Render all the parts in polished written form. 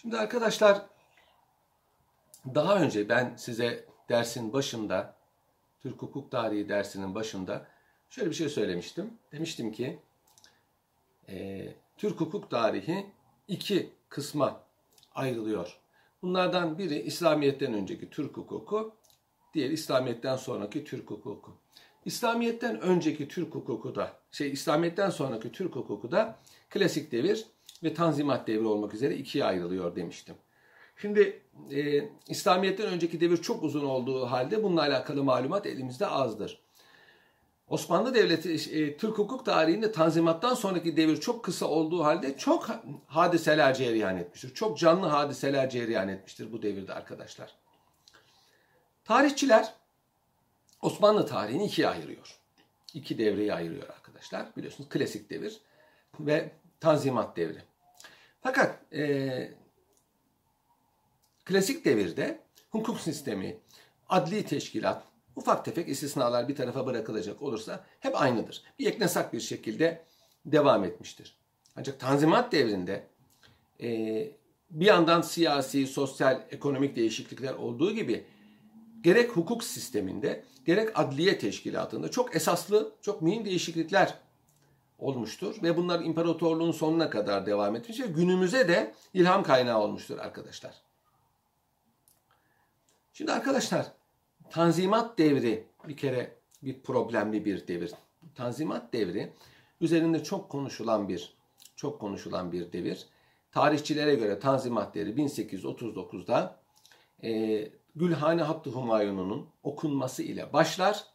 Şimdi arkadaşlar, daha önce ben size dersin başında, Türk hukuk tarihi dersinin başında şöyle bir şey söylemiştim. Demiştim ki Türk hukuk tarihi iki kısma ayrılıyor. Bunlardan biri İslamiyet'ten önceki Türk hukuku, diğeri İslamiyet'ten sonraki Türk hukuku. İslamiyet'ten önceki Türk hukuku da, İslamiyet'ten sonraki Türk hukuku da klasik devir ve tanzimat devri olmak üzere ikiye ayrılıyor demiştim. Şimdi İslamiyet'ten önceki devir çok uzun olduğu halde bununla alakalı malumat elimizde azdır. Osmanlı Devleti, Türk hukuk tarihinde tanzimattan sonraki devir çok kısa olduğu halde çok hadiseler cereyan etmiştir. Çok canlı hadiseler cereyan etmiştir bu devirde arkadaşlar. Tarihçiler Osmanlı tarihini ikiye ayırıyor. İki devreye ayırıyor arkadaşlar. Biliyorsunuz klasik devir ve tanzimat devri. Fakat klasik devirde hukuk sistemi, adli teşkilat, ufak tefek istisnalar bir tarafa bırakılacak olursa hep aynıdır. Bir yeknesak bir şekilde devam etmiştir. Ancak tanzimat devrinde bir yandan siyasi, sosyal, ekonomik değişiklikler olduğu gibi gerek hukuk sisteminde gerek adliye teşkilatında çok esaslı, çok mühim değişiklikler olmuştur. Ve bunlar imparatorluğun sonuna kadar devam etmiş ve günümüze de ilham kaynağı olmuştur arkadaşlar. Şimdi arkadaşlar, Tanzimat devri bir kere bir problemli bir devir. Tanzimat devri üzerinde çok konuşulan bir devir. Tarihçilere göre Tanzimat devri 1839'da Gülhane Hattı Humayun'un okunması ile başlar.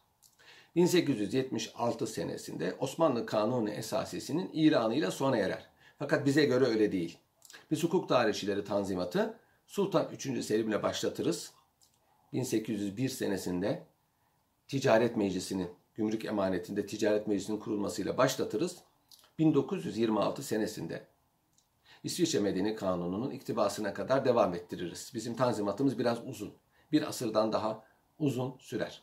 1876 senesinde Osmanlı Kanunu Esasisi'nin ilanıyla sona erer. Fakat bize göre öyle değil. Biz hukuk tarihçileri Tanzimat'ı Sultan 3. Selim'le başlatırız. 1801 senesinde Ticaret Meclisi'nin, gümrük emanetinde Ticaret Meclisi'nin kurulmasıyla başlatırız. 1926 senesinde İsviçre Medeni Kanunu'nun iktibasına kadar devam ettiririz. Bizim tanzimatımız biraz uzun. Bir asırdan daha uzun sürer.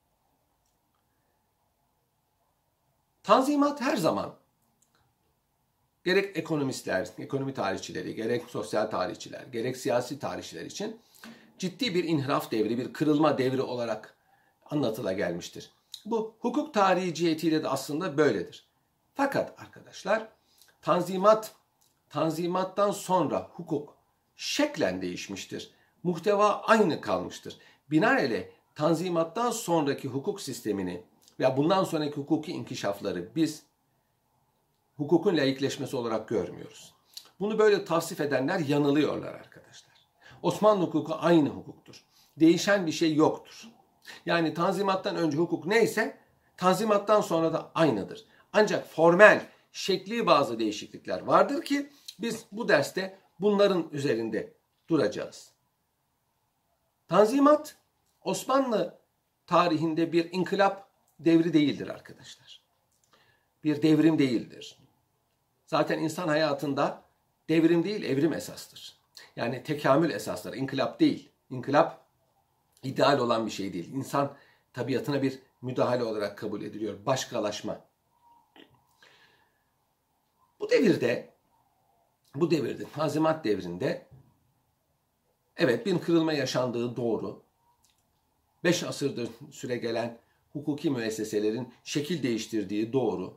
Tanzimat her zaman gerek ekonomistler, ekonomi tarihçileri, gerek sosyal tarihçiler, gerek siyasi tarihçiler için ciddi bir inhiraf devri, bir kırılma devri olarak anlatıla gelmiştir. Bu hukuk tarihi cihetiyle de aslında böyledir. Fakat arkadaşlar, tanzimattan sonra hukuk şeklen değişmiştir. Muhteva aynı kalmıştır. Binaenaleyh tanzimattan sonraki hukuk sistemini veya bundan sonraki hukuki inkişafları biz hukukun laikleşmesi olarak görmüyoruz. Bunu böyle tavsif edenler yanılıyorlar arkadaşlar. Osmanlı hukuku aynı hukuktur. Değişen bir şey yoktur. Yani tanzimattan önce hukuk neyse tanzimattan sonra da aynıdır. Ancak formel, şekli bazı değişiklikler vardır ki biz bu derste bunların üzerinde duracağız. Tanzimat Osmanlı tarihinde bir inkılap devri değildir arkadaşlar. Bir devrim değildir. Zaten insan hayatında devrim değil, evrim esastır. Yani tekamül esasları, inkılap değil. İnkılap ideal olan bir şey değil. İnsan tabiatına bir müdahale olarak kabul ediliyor. Başkalaşma. Bu devirde, Tanzimat devrinde evet bir kırılma yaşandığı doğru. 5 asırdır süre gelen hukuki müesseselerin şekil değiştirdiği doğru.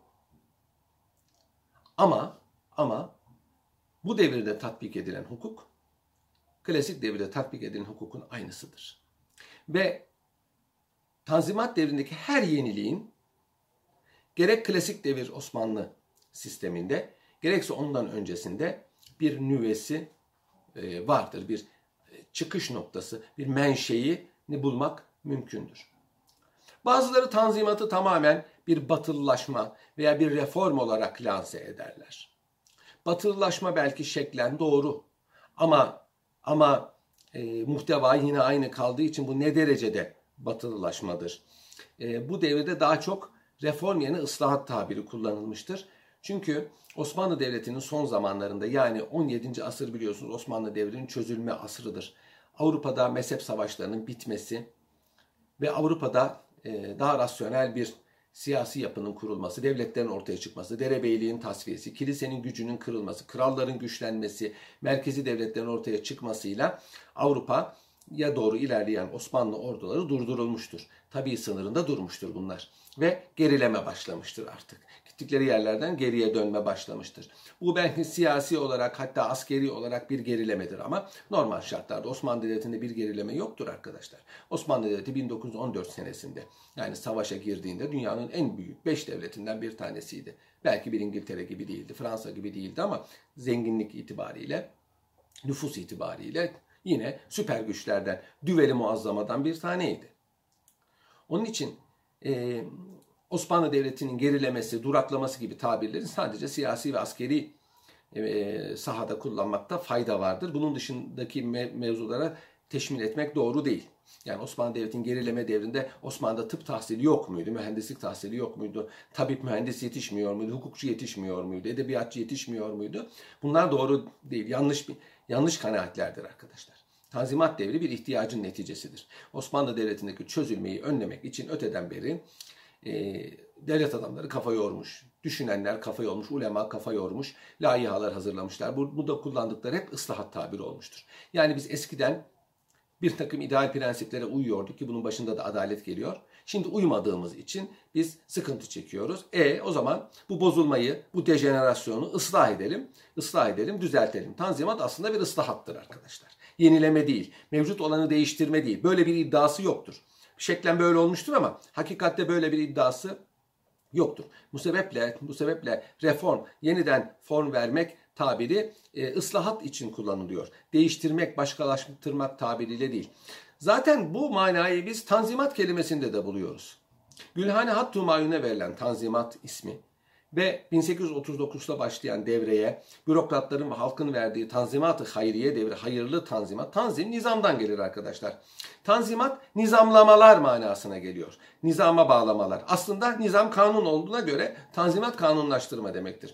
Ama bu devirde tatbik edilen hukuk, klasik devirde tatbik edilen hukukun aynısıdır. Ve Tanzimat devrindeki her yeniliğin gerek klasik devir Osmanlı sisteminde, gerekse ondan öncesinde bir nüvesi vardır. Bir çıkış noktası, bir menşeini bulmak mümkündür. Bazıları Tanzimat'ı tamamen bir batılılaşma veya bir reform olarak lanse ederler. Batılılaşma belki şeklen doğru ama muhteva yine aynı kaldığı için bu ne derecede batılılaşmadır? Bu devirde daha çok reform yerine ıslahat tabiri kullanılmıştır. Çünkü Osmanlı Devleti'nin son zamanlarında, yani 17. asır biliyorsunuz Osmanlı Devri'nin çözülme asrıdır. Avrupa'da mezhep savaşlarının bitmesi ve Avrupa'da daha rasyonel bir siyasi yapının kurulması, devletlerin ortaya çıkması, derebeyliğin tasfiyesi, kilisenin gücünün kırılması, kralların güçlenmesi, merkezi devletlerin ortaya çıkmasıyla Avrupa'ya doğru ilerleyen Osmanlı orduları durdurulmuştur. Tabii sınırında durmuştur bunlar ve gerileme başlamıştır artık. Gittikleri yerlerden geriye dönme başlamıştır. Bu belki siyasi olarak hatta askeri olarak bir gerilemedir ama normal şartlarda Osmanlı Devleti'nde bir gerileme yoktur arkadaşlar. Osmanlı Devleti 1914 senesinde yani savaşa girdiğinde dünyanın en büyük 5 devletinden bir tanesiydi. Belki bir İngiltere gibi değildi, Fransa gibi değildi ama zenginlik itibariyle, nüfus itibariyle yine süper güçlerden, düveli muazzamadan bir taneydi. Onun için Osmanlı Devleti'nin gerilemesi, duraklaması gibi tabirleri sadece siyasi ve askeri sahada kullanmakta fayda vardır. Bunun dışındaki mevzulara teşmil etmek doğru değil. Yani Osmanlı Devleti'nin gerileme devrinde Osmanlı'da tıp tahsili yok muydu? Mühendislik tahsili yok muydu? Tabip mühendis yetişmiyor muydu? Hukukçu yetişmiyor muydu? Edebiyatçı yetişmiyor muydu? Bunlar doğru değil. Yanlış kanaatlerdir arkadaşlar. Tanzimat devri bir ihtiyacın neticesidir. Osmanlı Devleti'ndeki çözülmeyi önlemek için öteden beri devlet adamları kafa yormuş, düşünenler kafa yormuş, ulema kafa yormuş, layihalar hazırlamışlar. Bu da kullandıkları hep ıslahat tabiri olmuştur. Yani biz eskiden bir takım ideal prensiplere uyuyorduk ki bunun başında da adalet geliyor. Şimdi uymadığımız için biz sıkıntı çekiyoruz. O zaman bu bozulmayı, bu dejenerasyonu ıslah edelim, düzeltelim. Tanzimat aslında bir ıslahattır arkadaşlar. Yenileme değil, mevcut olanı değiştirme değil. Böyle bir iddiası yoktur. Şeklen böyle olmuştur ama hakikatte böyle bir iddiası yoktur. Bu sebeple reform, yeniden form vermek tabiri ıslahat için kullanılıyor. Değiştirmek, başkalaştırmak tabiriyle değil. Zaten bu manayı biz tanzimat kelimesinde de buluyoruz. Gülhane Hatt Humayun'a verilen Tanzimat ismi ve 1839'da başlayan devreye bürokratların ve halkın verdiği Tanzimat-ı Hayriye devri, hayırlı tanzimat. Tanzim nizamdan gelir arkadaşlar. Tanzimat nizamlamalar manasına geliyor. Nizama bağlamalar. Aslında nizam kanun olduğuna göre tanzimat kanunlaştırma demektir.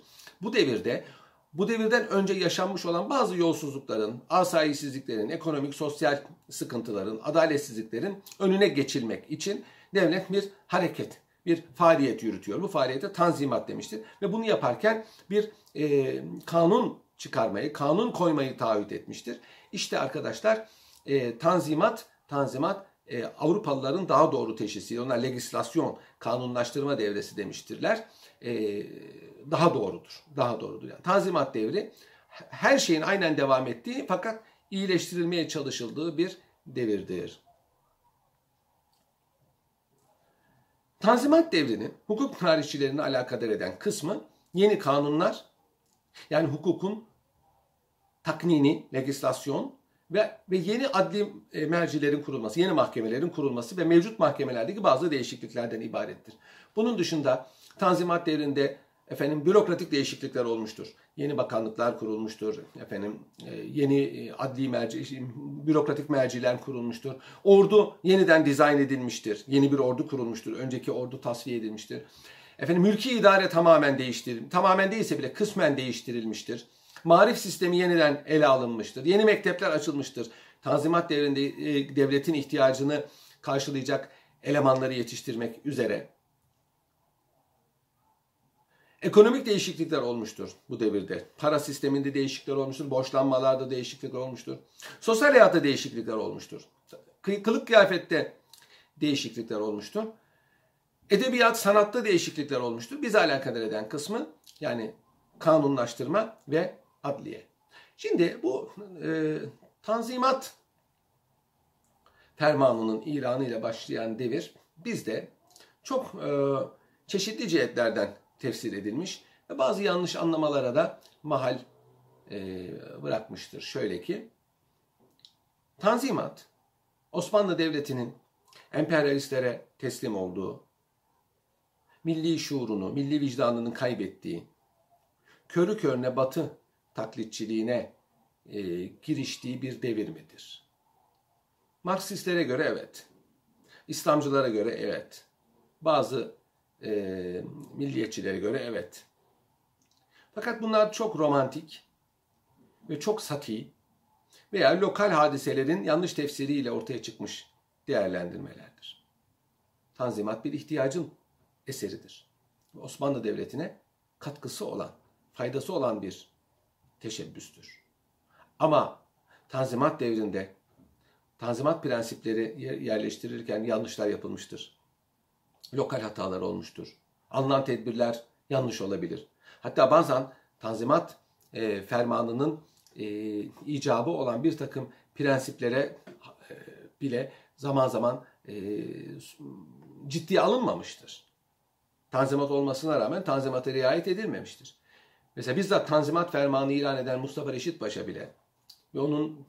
Bu devirden önce yaşanmış olan bazı yolsuzlukların, asayişsizliklerin, ekonomik, sosyal sıkıntıların, adaletsizliklerin önüne geçilmek için devlet bir faaliyet yürütüyor. Bu faaliyete tanzimat demiştir. Ve bunu yaparken bir kanun çıkarmayı, kanun koymayı taahhüt etmiştir. İşte arkadaşlar tanzimat Avrupalıların daha doğru teşhisi, onlar legislasyon, kanunlaştırma devresi demiştirler. Daha doğrudur. Yani Tanzimat devri her şeyin aynen devam ettiği fakat iyileştirilmeye çalışıldığı bir devirdir. Tanzimat devrinin hukuk tarihçilerini alakadar eden kısmı yeni kanunlar, yani hukukun taknini, legislasyon ve yeni adli mercilerin kurulması, yeni mahkemelerin kurulması ve mevcut mahkemelerdeki bazı değişikliklerden ibarettir. Bunun dışında Tanzimat devrinde bürokratik değişiklikler olmuştur. Yeni bakanlıklar kurulmuştur. Yeni adli bürokratik merciler kurulmuştur. Ordu yeniden dizayn edilmiştir. Yeni bir ordu kurulmuştur. Önceki ordu tasfiye edilmiştir. Mülki idare tamamen değilse bile kısmen değiştirilmiştir. Marif sistemi yeniden ele alınmıştır. Yeni mektepler açılmıştır. Tanzimat devrinde devletin ihtiyacını karşılayacak elemanları yetiştirmek üzere. Ekonomik değişiklikler olmuştur bu devirde. Para sisteminde değişiklikler olmuştur. Borçlanmalarda değişiklikler olmuştur. Sosyal hayatta değişiklikler olmuştur. Kılık kıyafette değişiklikler olmuştur. Edebiyat, sanatta değişiklikler olmuştur. Bizi alakadar eden kısmı yani kanunlaştırma ve adliye. Şimdi bu Tanzimat fermanının ilanıyla başlayan devir bizde çok çeşitli cihetlerden tefsir edilmiş ve bazı yanlış anlamalara da mahal bırakmıştır. Şöyle ki, Tanzimat, Osmanlı Devleti'nin emperyalistlere teslim olduğu, milli şuurunu, milli vicdanını kaybettiği, körü körüne Batı taklitçiliğine giriştiği bir devir midir? Marksistlere göre evet, İslamcılara göre evet, bazı milliyetçilere göre evet. Fakat bunlar çok romantik ve çok sati veya lokal hadiselerin yanlış tefsiriyle ortaya çıkmış değerlendirmelerdir. Tanzimat bir ihtiyacın eseridir. Osmanlı Devleti'ne katkısı olan, faydası olan bir teşebbüstür. Ama Tanzimat devrinde Tanzimat prensipleri yerleştirirken yanlışlar yapılmıştır. Lokal hatalar olmuştur. Alınan tedbirler yanlış olabilir. Hatta bazen Tanzimat fermanının icabı olan bir takım prensiplere bile zaman zaman ciddiye alınmamıştır. Tanzimat olmasına rağmen Tanzimat'a riayet edilmemiştir. Mesela bizzat Tanzimat fermanı ilan eden Mustafa Reşit Paşa bile ve onun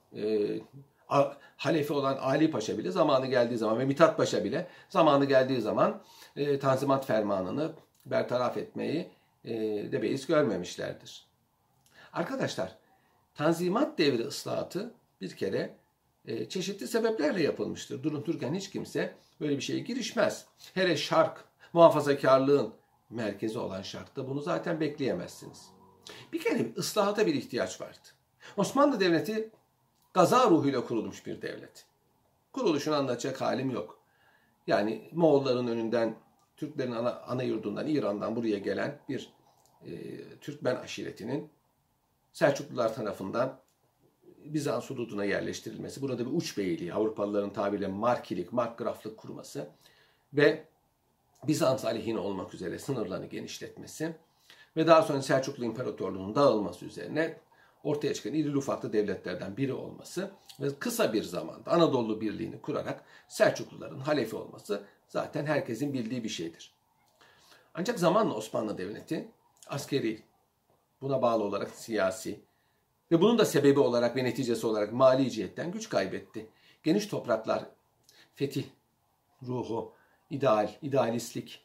halefi olan Ali Paşa bile zamanı geldiği zaman ve Mithat Paşa bile zamanı geldiği zaman Tanzimat fermanını bertaraf etmeyi de beis görmemişlerdir. Arkadaşlar, Tanzimat devri ıslahatı bir kere çeşitli sebeplerle yapılmıştır. Durup dururken hiç kimse böyle bir şeye girişmez. Hele Şark, muhafazakarlığın merkezi olan Şark'ta bunu zaten bekleyemezsiniz. Bir kere ıslahata bir ihtiyaç vardı. Osmanlı Devleti gaza ruhuyla kurulmuş bir devlet. Kuruluşunu anlatacak halim yok. Yani Moğolların önünden, Türklerin ana yurdundan, İran'dan buraya gelen bir Türkmen aşiretinin Selçuklular tarafından Bizans hududuna yerleştirilmesi, burada bir uç beyliği, Avrupalıların tabiriyle markilik, markgraflık kurması ve Bizans aleyhine olmak üzere sınırlarını genişletmesi ve daha sonra Selçuklu İmparatorluğu'nun dağılması üzerine ortaya çıkan irili ufaklı devletlerden biri olması ve kısa bir zamanda Anadolu Birliği'ni kurarak Selçukluların halefi olması zaten herkesin bildiği bir şeydir. Ancak zamanla Osmanlı Devleti askeri, buna bağlı olarak siyasi ve bunun da sebebi olarak ve neticesi olarak mali cihetten güç kaybetti. Geniş topraklar, fetih ruhu, idealistlik,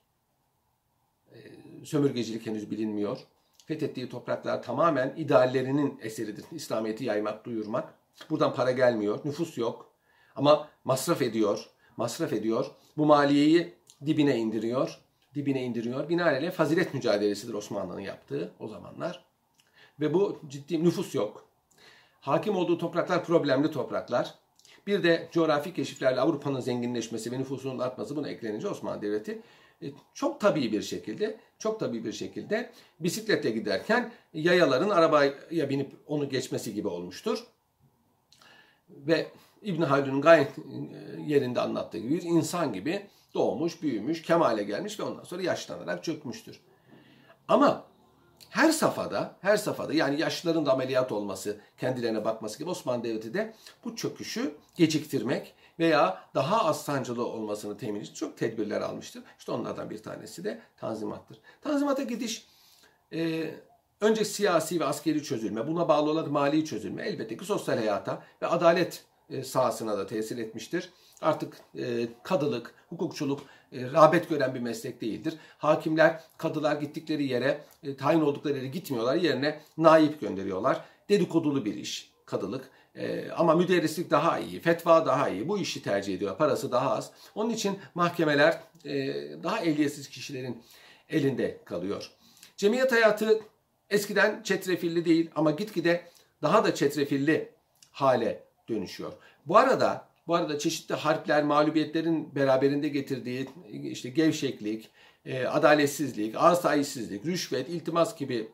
sömürgecilik henüz bilinmiyor. Fethettiği topraklar tamamen ideallerinin eseridir. İslamiyet'i yaymak, duyurmak. Buradan para gelmiyor, nüfus yok. Ama masraf ediyor. Bu maliyeyi dibine indiriyor. Binaenaleyh fazilet mücadelesidir Osmanlı'nın yaptığı o zamanlar. Ve bu ciddi nüfus yok. Hakim olduğu topraklar problemli topraklar. Bir de coğrafi keşiflerle Avrupa'nın zenginleşmesi ve nüfusunun artması buna eklenince Osmanlı Devleti çok tabii bir şekilde bisikletle giderken yayaların arabaya binip onu geçmesi gibi olmuştur. Ve İbn Haldun'un gayet yerinde anlattığı gibi bir insan gibi doğmuş, büyümüş, kemale gelmiş ve ondan sonra yaşlanarak çökmüştür. Ama her safhada yani yaşlıların da ameliyat olması, kendilerine bakması gibi Osmanlı Devleti de bu çöküşü geciktirmek veya daha az sancılı olmasını temin için çok tedbirler almıştır. İşte onlardan bir tanesi de Tanzimat'tır. Tanzimat'a gidiş önce siyasi ve askeri çözülme, buna bağlı olarak mali çözülme, elbette ki sosyal hayata ve adalet sahasına da tesir etmiştir. Artık kadılık, hukukçuluk rağbet gören bir meslek değildir. Hakimler, kadılar gittikleri yere, tayin oldukları yere gitmiyorlar. Yerine naip gönderiyorlar. Dedikodulu bir iş kadılık. Ama müderrislik daha iyi, fetva daha iyi. Bu işi tercih ediyor. Parası daha az. Onun için mahkemeler daha ehliyetsiz kişilerin elinde kalıyor. Cemiyet hayatı eskiden çetrefilli değil ama gitgide daha da çetrefilli hale dönüşüyor. Bu arada çeşitli harpler, mağlubiyetlerin beraberinde getirdiği işte gevşeklik, adaletsizlik, asayişsizlik, rüşvet, iltimas gibi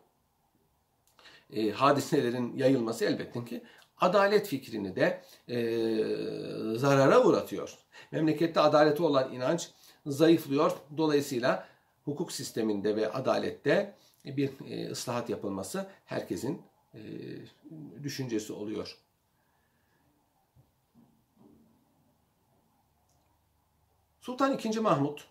hadiselerin yayılması elbette ki adalet fikrini de zarara uğratıyor. Memlekette adalete olan inanç zayıflıyor. Dolayısıyla hukuk sisteminde ve adalette bir ıslahat yapılması herkesin düşüncesi oluyor. Sultan II. Mahmut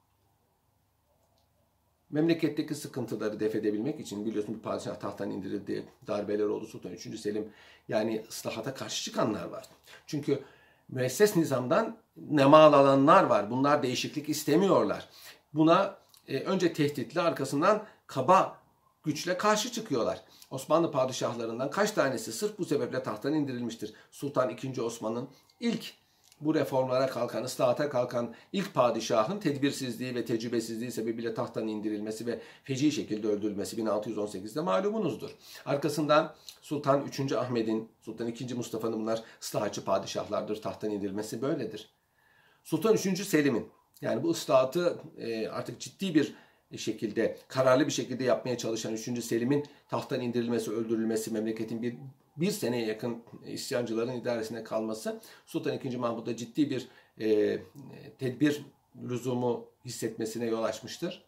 memleketteki sıkıntıları def edebilmek için biliyorsun bir padişah tahttan indirildi, darbeler oldu. Sultan III. Selim yani ıslahata karşı çıkanlar var. Çünkü müesses nizamdan nemal alanlar var. Bunlar değişiklik istemiyorlar. Buna önce tehditle arkasından kaba güçle karşı çıkıyorlar. Osmanlı padişahlarından kaç tanesi sırf bu sebeple tahttan indirilmiştir. Sultan II. Osman'ın ilk bu reformlara kalkan, ıslahata kalkan ilk padişahın tedbirsizliği ve tecrübesizliği sebebiyle tahttan indirilmesi ve feci şekilde öldürülmesi 1618'de malumunuzdur. Arkasından Sultan III. Ahmet'in, Sultan II. Mustafa'nın bunlar ıslahatçı padişahlardır, tahttan indirilmesi böyledir. Sultan III. Selim'in Yani bu ıslahatı artık ciddi bir şekilde, kararlı bir şekilde yapmaya çalışan 3. Selim'in tahttan indirilmesi, öldürülmesi, memleketin bir seneye yakın isyancıların idaresinde kalması Sultan II. Mahmud'a ciddi bir tedbir lüzumu hissetmesine yol açmıştır.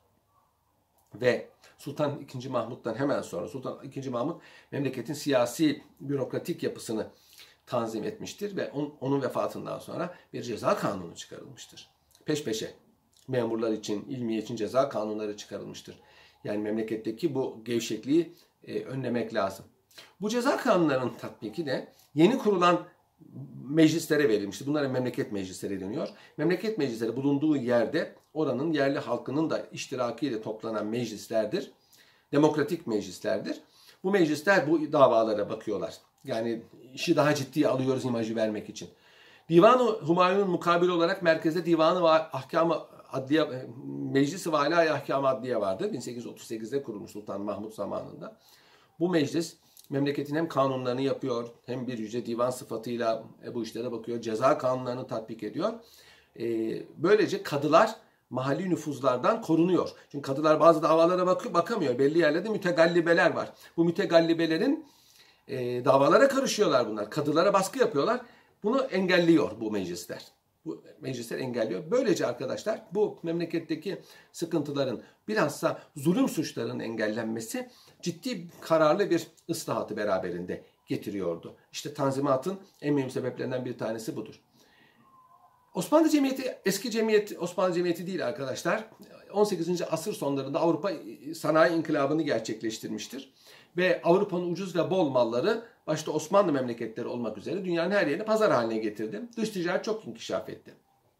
Ve Sultan II. Mahmud'dan hemen sonra Sultan II. Mahmud memleketin siyasi, bürokratik yapısını tanzim etmiştir ve onun vefatından sonra bir ceza kanunu çıkarılmıştır. Peş peşe memurlar için, ilmiye için ceza kanunları çıkarılmıştır. Yani memleketteki bu gevşekliği önlemek lazım. Bu ceza kanunlarının tatbiki de yeni kurulan meclislere verilmiştir. Bunlara memleket meclisleri deniyor. Memleket meclisleri bulunduğu yerde oranın yerli halkının da iştirakiyle toplanan meclislerdir. Demokratik meclislerdir. Bu meclisler bu davalara bakıyorlar. Yani işi daha ciddiye alıyoruz imajı vermek için. Divan-ı Humayun'un mukabili olarak merkezde Divan-ı Ahkam-ı Adliye, Meclis-i Vali-i Ahkam-ı Adliye vardı. 1838'de kurulmuş Sultan Mahmud zamanında. Bu meclis memleketin hem kanunlarını yapıyor, hem bir yüce divan sıfatıyla bu işlere bakıyor, ceza kanunlarını tatbik ediyor. Böylece kadılar mahalli nüfuzlardan korunuyor. Çünkü kadılar bazı davalara bakamıyor. Belli yerlerde mütegallibeler var. Bu mütegallibelerin davalara karışıyorlar bunlar. Kadılara baskı yapıyorlar. Bunu engelliyor bu meclisler. Bu meclisler engelliyor. Böylece arkadaşlar bu memleketteki sıkıntıların bilhassa zulüm suçlarının engellenmesi ciddi kararlı bir ıslahatı beraberinde getiriyordu. İşte Tanzimat'ın en mühim sebeplerinden bir tanesi budur. Osmanlı Cemiyeti eski cemiyet Osmanlı Cemiyeti değil arkadaşlar. 18. asır sonlarında Avrupa sanayi inkılabını gerçekleştirmiştir. Ve Avrupa'nın ucuz ve bol malları başta Osmanlı memleketleri olmak üzere dünyanın her yerini pazar haline getirdi. Dış ticaret çok inkişaf etti.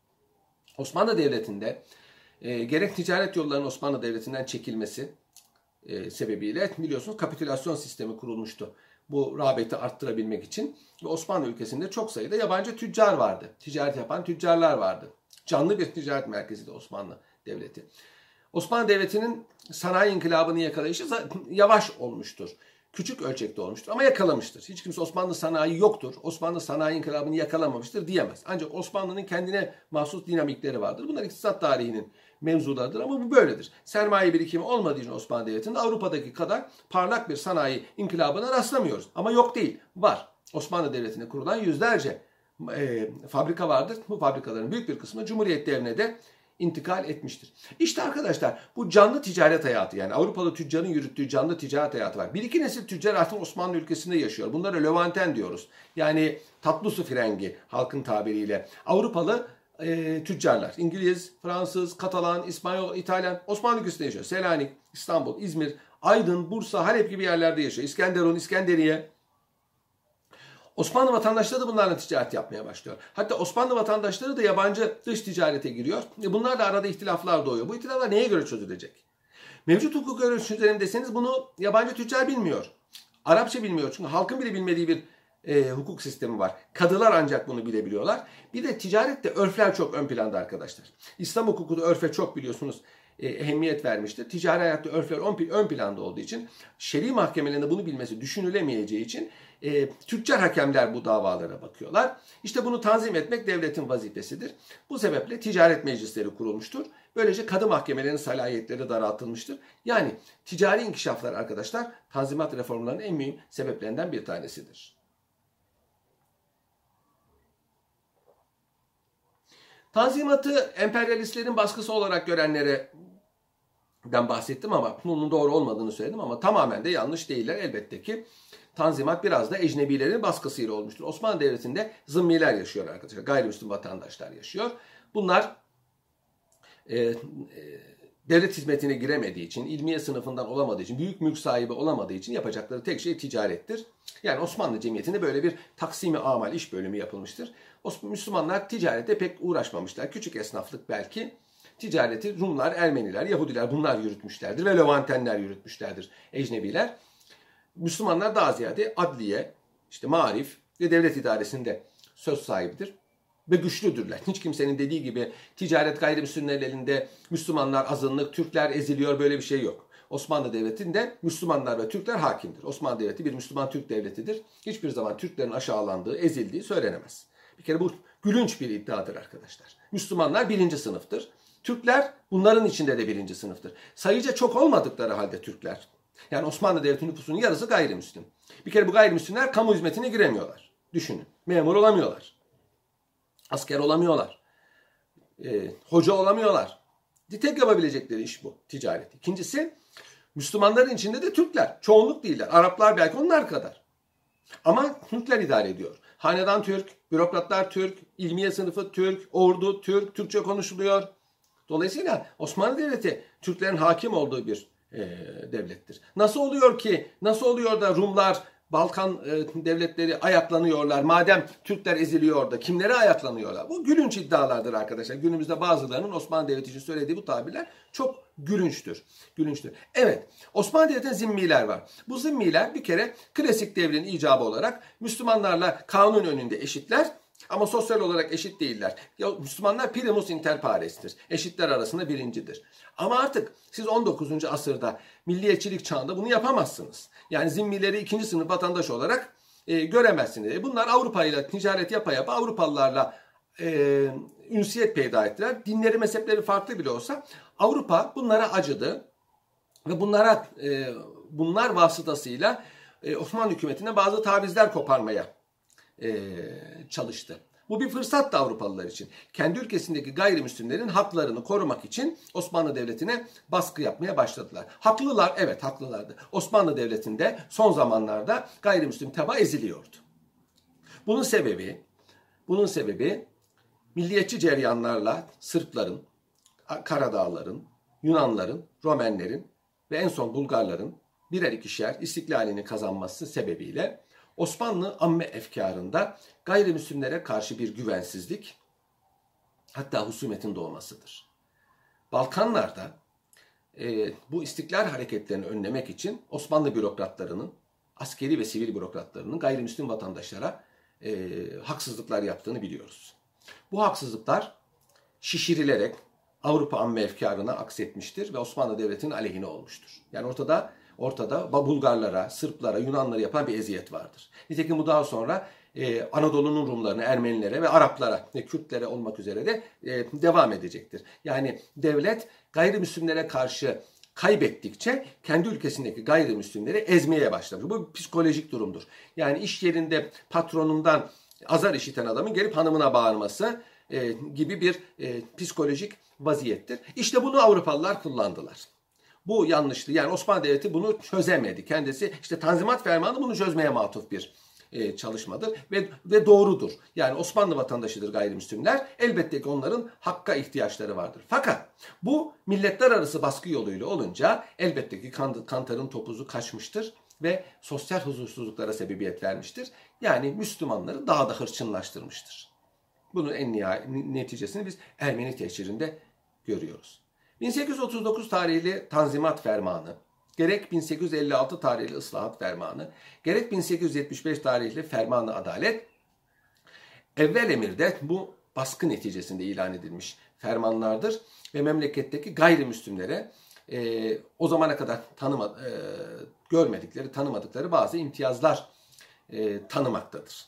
Osmanlı Devleti'nde gerek ticaret yollarının Osmanlı Devleti'nden çekilmesi sebebiyle biliyorsunuz kapitülasyon sistemi kurulmuştu. Bu rağbeti arttırabilmek için ve Osmanlı ülkesinde çok sayıda yabancı tüccar vardı. Ticaret yapan tüccarlar vardı. Canlı bir ticaret merkeziydi Osmanlı Devleti. Osmanlı Devleti'nin sanayi inkılabını yakalayışı yavaş olmuştur. Küçük ölçekte olmuştur ama yakalamıştır. Hiç kimse Osmanlı sanayi yoktur, Osmanlı sanayi inkılabını yakalamamıştır diyemez. Ancak Osmanlı'nın kendine mahsus dinamikleri vardır. Bunlar iktisat tarihinin mevzularıdır ama bu böyledir. Sermaye birikimi olmadığı için Osmanlı Devleti'nde Avrupa'daki kadar parlak bir sanayi inkılabına rastlamıyoruz. Ama yok değil, var. Osmanlı Devleti'nde kurulan yüzlerce fabrika vardır. Bu fabrikaların büyük bir kısmı Cumhuriyet devrine de intikal etmiştir. İşte arkadaşlar bu canlı ticaret hayatı, yani Avrupalı tüccarın yürüttüğü canlı ticaret hayatı var. Bir iki nesil tüccar artık Osmanlı ülkesinde yaşıyor. Bunlara Levanten diyoruz. Yani tatlı su frengi halkın tabiriyle. Avrupalı tüccarlar. İngiliz, Fransız, Katalan, İspanyol, İtalyan Osmanlı ülkesinde yaşıyor. Selanik, İstanbul, İzmir, Aydın, Bursa, Halep gibi yerlerde yaşıyor. İskenderun, İskenderiye. Osmanlı vatandaşları da bunlarla ticaret yapmaya başlıyor. Hatta Osmanlı vatandaşları da yabancı dış ticarete giriyor. Bunlar da arada ihtilaflar doğuyor. Bu ihtilaflar neye göre çözülecek? Mevcut hukuk göre çözelim deseniz bunu yabancı tüccar bilmiyor. Arapça bilmiyor. Çünkü halkın bile bilmediği bir hukuk sistemi var. Kadılar ancak bunu bilebiliyorlar. Bir de ticarette örfler çok ön planda arkadaşlar. İslam hukuku da örfe çok biliyorsunuz ehemmiyet vermiştir. Ticari hayatta örfler ön planda olduğu için şer'i mahkemelerinde bunu bilmesi düşünülemeyeceği için tüccar hakemler bu davalara bakıyorlar. İşte bunu tanzim etmek devletin vazifesidir. Bu sebeple ticaret meclisleri kurulmuştur. Böylece kadı mahkemelerinin salahiyetleri daraltılmıştır. Yani ticari inkişaflar arkadaşlar tanzimat reformlarının en mühim sebeplerinden bir tanesidir. Tanzimatı emperyalistlerin baskısı olarak görenlerden bahsettim ama bunun doğru olmadığını söyledim ama tamamen de yanlış değiller. Elbette ki Tanzimat biraz da ecnebilerin baskısıyla olmuştur. Osmanlı Devleti'nde zımmiler yaşıyor arkadaşlar. Gayrimüslim vatandaşlar yaşıyor. Bunlar devlet hizmetine giremediği için, ilmiye sınıfından olamadığı için, büyük mülk sahibi olamadığı için yapacakları tek şey ticarettir. Yani Osmanlı Cemiyeti'nde böyle bir taksimi amal iş bölümü yapılmıştır. Müslümanlar ticarete pek uğraşmamışlar. Küçük esnaflık belki. Ticareti Rumlar, Ermeniler, Yahudiler bunlar yürütmüşlerdir ve Levantenler yürütmüşlerdir, ecnebiler. Müslümanlar daha ziyade adliye, işte marif ve devlet idaresinde söz sahibidir ve güçlüdürler. Hiç kimsenin dediği gibi ticaret gayrimüslimlerin elinde Müslümanlar azınlık, Türkler eziliyor, böyle bir şey yok. Osmanlı Devleti'nde Müslümanlar ve Türkler hakimdir. Osmanlı Devleti bir Müslüman Türk devletidir. Hiçbir zaman Türklerin aşağılandığı, ezildiği söylenemez. Bir kere bu gülünç bir iddiadır arkadaşlar. Müslümanlar birinci sınıftır. Türkler bunların içinde de birinci sınıftır. Sayıca çok olmadıkları halde Türkler. Yani Osmanlı Devleti nüfusunun yarısı gayrimüslim. Bir kere bu gayrimüslimler kamu hizmetine giremiyorlar. Düşünün. Memur olamıyorlar. Asker olamıyorlar. Hoca olamıyorlar. Tek yapabilecekleri iş bu. Ticaret. İkincisi, Müslümanların içinde de Türkler. Çoğunluk değiller. Araplar belki onlar kadar. Ama Türkler idare ediyor. Hanedan Türk, bürokratlar Türk, ilmiye sınıfı Türk, ordu Türk, Türkçe konuşuluyor. Dolayısıyla Osmanlı Devleti Türklerin hakim olduğu bir devlettir. Nasıl oluyor da Rumlar, Balkan devletleri ayaklanıyorlar? Madem Türkler eziliyor da kimlere ayaklanıyorlar? Bu gülünç iddialardır arkadaşlar. Günümüzde bazılarının Osmanlı Devleti için söylediği bu tabirler çok gülünçtür. Evet, Osmanlı Devleti'nde zimmiler var. Bu zimmiler bir kere klasik devrin icabı olarak Müslümanlarla kanun önünde eşitler. Ama sosyal olarak eşit değiller. Ya, Müslümanlar primus inter pares'tir. Eşitler arasında birincidir. Ama artık siz 19. asırda milliyetçilik çağında bunu yapamazsınız. Yani zimmileri ikinci sınıf vatandaş olarak göremezsiniz. Bunlar Avrupa ile ticaret yapa Avrupalılarla ünsiyet peyda ettiler. Dinleri, mezhepleri farklı bile olsa Avrupa bunlara acıdı ve bunlar vasıtasıyla Osmanlı hükümetine bazı tavizler koparmaya çalıştı. Bu bir fırsattı Avrupalılar için. Kendi ülkesindeki gayrimüslimlerin haklarını korumak için Osmanlı Devleti'ne baskı yapmaya başladılar. Haklılar, evet haklılardı. Osmanlı Devleti'nde son zamanlarda gayrimüslim tebaa eziliyordu. Bunun sebebi milliyetçi ceryanlarla Sırpların, Karadağların, Yunanların, Romenlerin ve en son Bulgarların birer ikişer istiklalini kazanması sebebiyle Osmanlı amme efkarında gayrimüslimlere karşı bir güvensizlik, hatta husumetin doğmasıdır. Balkanlarda bu istiklal hareketlerini önlemek için Osmanlı bürokratlarının, askeri ve sivil bürokratlarının gayrimüslim vatandaşlara haksızlıklar yaptığını biliyoruz. Bu haksızlıklar şişirilerek Avrupa amme efkarına aksetmiştir ve Osmanlı Devleti'nin aleyhine olmuştur. Yani ortada Bulgarlara, Sırplara, Yunanlara yapan bir eziyet vardır. Nitekim bu daha sonra Anadolu'nun Rumlarına, Ermenilere ve Araplara ve Kürtlere olmak üzere de devam edecektir. Yani devlet gayrimüslimlere karşı kaybettikçe kendi ülkesindeki gayrimüslimleri ezmeye başlamış. Bu bir psikolojik durumdur. Yani iş yerinde patronundan azar işiten adamın gelip hanımına bağırması gibi bir psikolojik vaziyettir. İşte bunu Avrupalılar kullandılar. Bu yanlıştı. Yani Osmanlı Devleti bunu çözemedi. Kendisi işte Tanzimat Fermanı bunu çözmeye matuf bir çalışmadır ve doğrudur. Yani Osmanlı vatandaşıdır gayrimüslimler. Elbette ki onların hakka ihtiyaçları vardır. Fakat bu milletler arası baskı yoluyla olunca elbette ki kantarın topuzu kaçmıştır ve sosyal huzursuzluklara sebebiyet vermiştir. Yani Müslümanları daha da hırçınlaştırmıştır. Bunun en nihai neticesini biz Ermeni tehcirinde görüyoruz. 1839 tarihli Tanzimat Fermanı, gerek 1856 tarihli Islahat Fermanı, gerek 1875 tarihli Fermanı Adalet, evvel emirde bu baskı neticesinde ilan edilmiş fermanlardır ve memleketteki gayrimüslimlere o zamana kadar tanımadıkları bazı imtiyazlar tanımaktadır.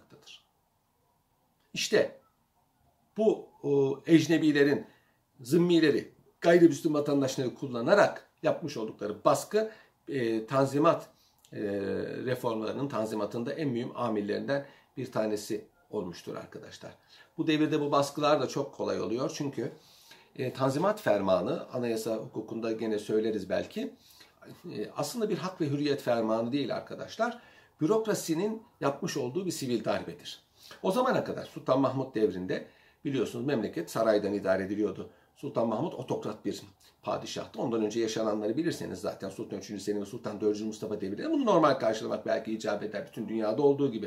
İşte bu ecnebilerin, zimmileri, gayrimüslim vatandaşları kullanarak yapmış oldukları baskı Tanzimat reformlarının Tanzimat'ın da en mühim amillerinden bir tanesi olmuştur arkadaşlar. Bu devirde bu baskılar da çok kolay oluyor çünkü Tanzimat Fermanı, anayasa hukukunda gene söyleriz belki, aslında bir hak ve hürriyet fermanı değil arkadaşlar. Bürokrasinin yapmış olduğu bir sivil darbedir. O zamana kadar Sultan Mahmut devrinde biliyorsunuz memleket saraydan idare ediliyordu. Sultan Mahmut otokrat bir padişahtı. Ondan önce yaşananları bilirseniz zaten Sultan 3. Selim ve Sultan 4. Mustafa devirleri bunu normal karşılamak belki icap eder. Bütün dünyada olduğu gibi.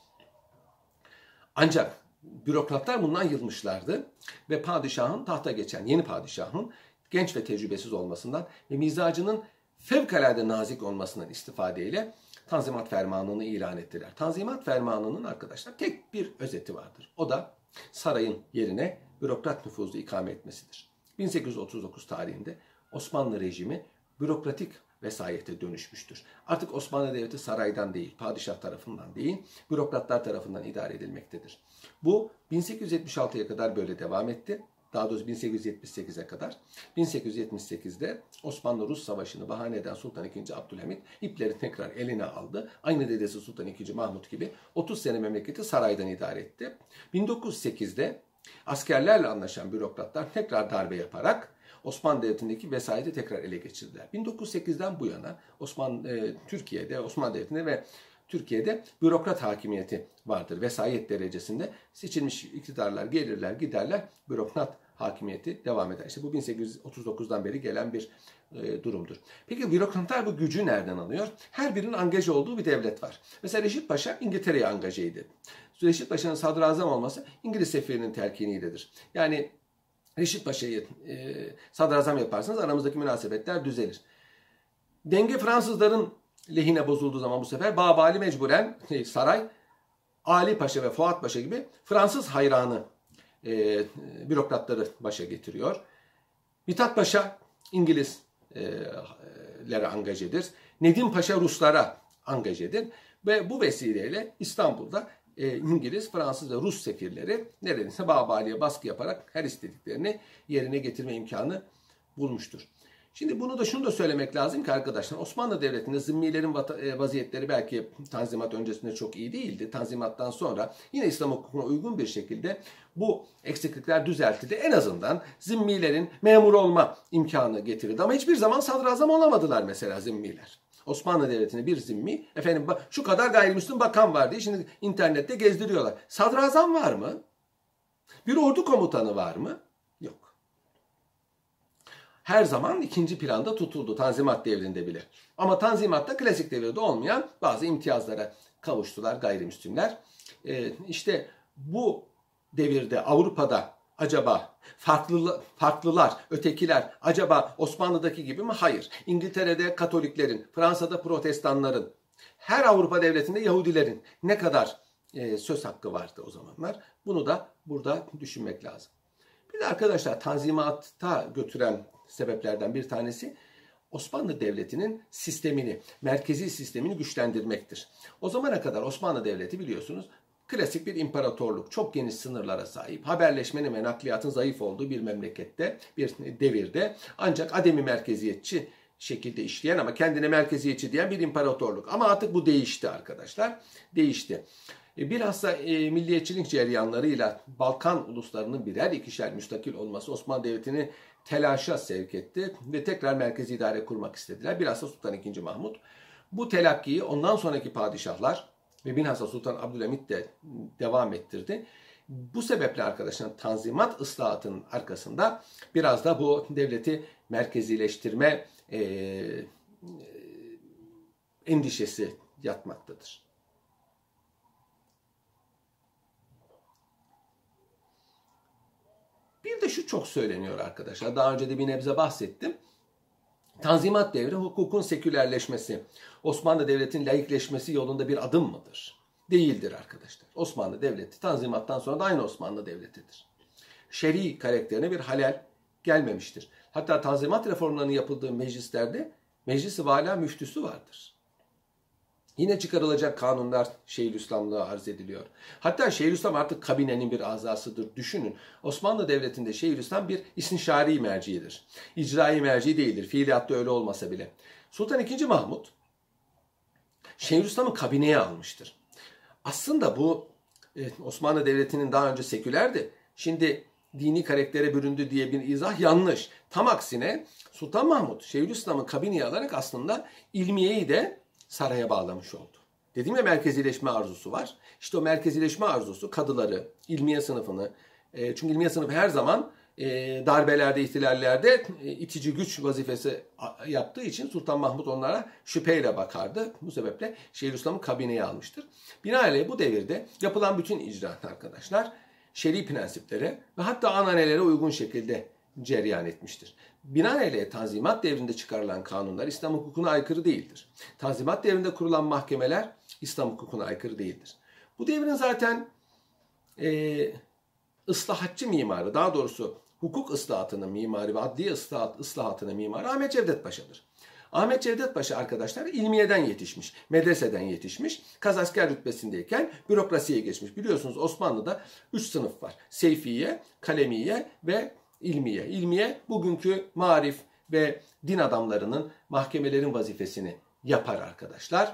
Ancak bürokratlar bundan yılmışlardı ve tahta geçen yeni padişahın genç ve tecrübesiz olmasından ve mizacının fevkalade nazik olmasından istifadeyle Tanzimat Fermanı'nı ilan ettiler. Tanzimat Fermanı'nın arkadaşlar tek bir özeti vardır. O da sarayın yerine bürokrat nüfuzu ikame etmesidir. 1839 tarihinde Osmanlı rejimi bürokratik vesayete dönüşmüştür. Artık Osmanlı Devleti saraydan değil, padişah tarafından değil, bürokratlar tarafından idare edilmektedir. Bu 1876'ya kadar böyle devam etti. Daha doğrusu 1878'e kadar. 1878'de Osmanlı-Rus Savaşı'nı bahane eden Sultan II. Abdülhamit ipleri tekrar eline aldı. Aynı dedesi Sultan II. Mahmut gibi 30 sene memleketi saraydan idare etti. 1908'de askerlerle anlaşan bürokratlar tekrar darbe yaparak Osmanlı Devleti'ndeki vesayeti tekrar ele geçirdiler. 1908'den bu yana Türkiye'de, Osmanlı Devleti'nde ve Türkiye'de bürokrat hakimiyeti vardır. Vesayet derecesinde seçilmiş iktidarlar gelirler giderler, bürokrat hakimiyeti devam eder. İşte bu 1839'dan beri gelen bir durumdur. Peki bürokratlar bu gücü nereden alıyor? Her birinin angaje olduğu bir devlet var. Mesela Reşit Paşa İngiltere'ye angajeydi. Reşit Paşa'nın sadrazam olması İngiliz sefirinin telkiniyledir. Yani Reşit Paşa'yı sadrazam yaparsanız aramızdaki münasebetler düzelir. Denge Fransızların lehine bozulduğu zaman bu sefer Babali mecburen saray Ali Paşa ve Fuat Paşa gibi Fransız hayranı bürokratları başa getiriyor. Mithat Paşa İngilizlere angajedir. Nedim Paşa Ruslara angajedir. Ve bu vesileyle İstanbul'da İngiliz, Fransız ve Rus sefirleri neredeyse Babali'ye baskı yaparak her istediklerini yerine getirme imkanı bulmuştur. Şimdi şunu da söylemek lazım ki arkadaşlar, Osmanlı Devleti'nde zimmilerin vaziyetleri belki Tanzimat öncesinde çok iyi değildi. Tanzimattan sonra yine İslam hukukuna uygun bir şekilde bu eksiklikler düzeltildi. En azından zimmilerin memur olma imkanı getirildi. Ama hiçbir zaman sadrazam olamadılar mesela zimmiler. Osmanlı Devleti'nde bir zimmi, efendim şu kadar gayrimüslim bakan var diye şimdi internette gezdiriyorlar. Sadrazam var mı? Bir ordu komutanı var mı? Yok. Her zaman ikinci planda tutuldu Tanzimat devrinde bile. Ama Tanzimat'ta klasik devirde olmayan bazı imtiyazlara kavuştular gayrimüslimler. İşte bu devirde Avrupa'da acaba farklılar, ötekiler acaba Osmanlı'daki gibi mi? Hayır. İngiltere'de Katoliklerin, Fransa'da Protestanların, her Avrupa devletinde Yahudilerin ne kadar söz hakkı vardı o zamanlar? Bunu da burada düşünmek lazım. Bir de arkadaşlar Tanzimat'a götüren sebeplerden bir tanesi Osmanlı Devleti'nin sistemini, merkezi sistemini güçlendirmektir. O zamana kadar Osmanlı Devleti biliyorsunuz klasik bir imparatorluk, çok geniş sınırlara sahip, haberleşmenin ve nakliyatın zayıf olduğu bir memlekette, bir devirde ancak ademi merkeziyetçi şekilde işleyen ama kendine merkeziyetçi diyen bir imparatorluk. Ama artık bu değişti arkadaşlar, değişti. Bilhassa milliyetçilik ceryanlarıyla Balkan uluslarının birer ikişer müstakil olması Osmanlı Devleti'ni telaşa sevk etti ve tekrar merkezi idare kurmak istediler. Bilhassa Sultan II. Mahmut. Bu telakkiyi ondan sonraki padişahlar ve bilhassa Sultan Abdülhamit de devam ettirdi. Bu sebeple arkadaşlar Tanzimat ıslahatının arkasında biraz da bu devleti merkezileştirme endişesi yatmaktadır. Bir de şu çok söyleniyor arkadaşlar. Daha önce de bir nebze bahsettim. Tanzimat devri hukukun sekülerleşmesi, Osmanlı Devleti'nin laikleşmesi yolunda bir adım mıdır? Değildir arkadaşlar. Osmanlı Devleti Tanzimat'tan sonra da aynı Osmanlı Devleti'dir. Şer'i karakterine bir halel gelmemiştir. Hatta Tanzimat reformlarının yapıldığı meclislerde Meclis-i Vala müftüsü vardır. Yine çıkarılacak kanunlar Şeyhülislamlığa arz ediliyor. Hatta Şeyhülislam artık kabinenin bir azasıdır. Düşünün. Osmanlı Devleti'nde Şeyhülislam bir istinşari mercidir. İcrai merci değildir. Fiiliyatta öyle olmasa bile. Sultan II. Mahmut Şeyhülislam'ı kabineye almıştır. Aslında bu Osmanlı Devleti'nin daha önce sekülerdi. Şimdi dini karaktere büründü diye bir izah yanlış. Tam aksine Sultan Mahmut Şeyhülislam'ı kabineye alarak aslında ilmiyeyi de saraya bağlamış oldu. Dediğim ya merkezileşme arzusu var. İşte o merkezileşme arzusu kadıları, ilmiye sınıfını, çünkü ilmiye sınıfı her zaman darbelerde, ihtilallerde itici güç vazifesi yaptığı için Sultan Mahmut onlara şüpheyle bakardı. Bu sebeple Şeyhülislam'ı kabineye almıştır. Binaenaleyh bu devirde yapılan bütün icraat arkadaşlar şer'i prensiplere ve hatta ananelere uygun şekilde cereyan etmiştir. Binaenaleyh Tanzimat devrinde çıkarılan kanunlar İslam hukukuna aykırı değildir. Tanzimat devrinde kurulan mahkemeler İslam hukukuna aykırı değildir. Bu devrin zaten ıslahatçı mimarı, daha doğrusu hukuk ıslahatının mimarı ve adliye ıslahatının mimarı Ahmet Cevdet Paşa'dır. Ahmet Cevdet Paşa arkadaşlar ilmiyeden yetişmiş, medreseden yetişmiş. Kazasker rütbesindeyken bürokrasiye geçmiş. Biliyorsunuz Osmanlı'da 3 sınıf var. Seyfiye, Kalemiye ve İlmiye. İlmiye bugünkü marif ve din adamlarının, mahkemelerin vazifesini yapar arkadaşlar.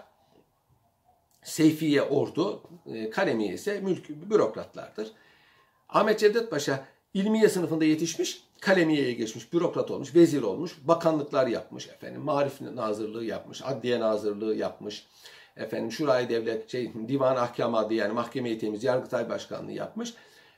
Seyfiye ordu, kalemiye ise bürokratlardır. Ahmet Cevdet Paşa ilmiye sınıfında yetişmiş, kalemiyeye geçmiş, bürokrat olmuş, vezir olmuş, bakanlıklar yapmış, marif nazırlığı yapmış, adliye nazırlığı yapmış, şurayı devlet, divan ahkamadı yani mahkeme-i temiz, Yargıtay Başkanlığı yapmış.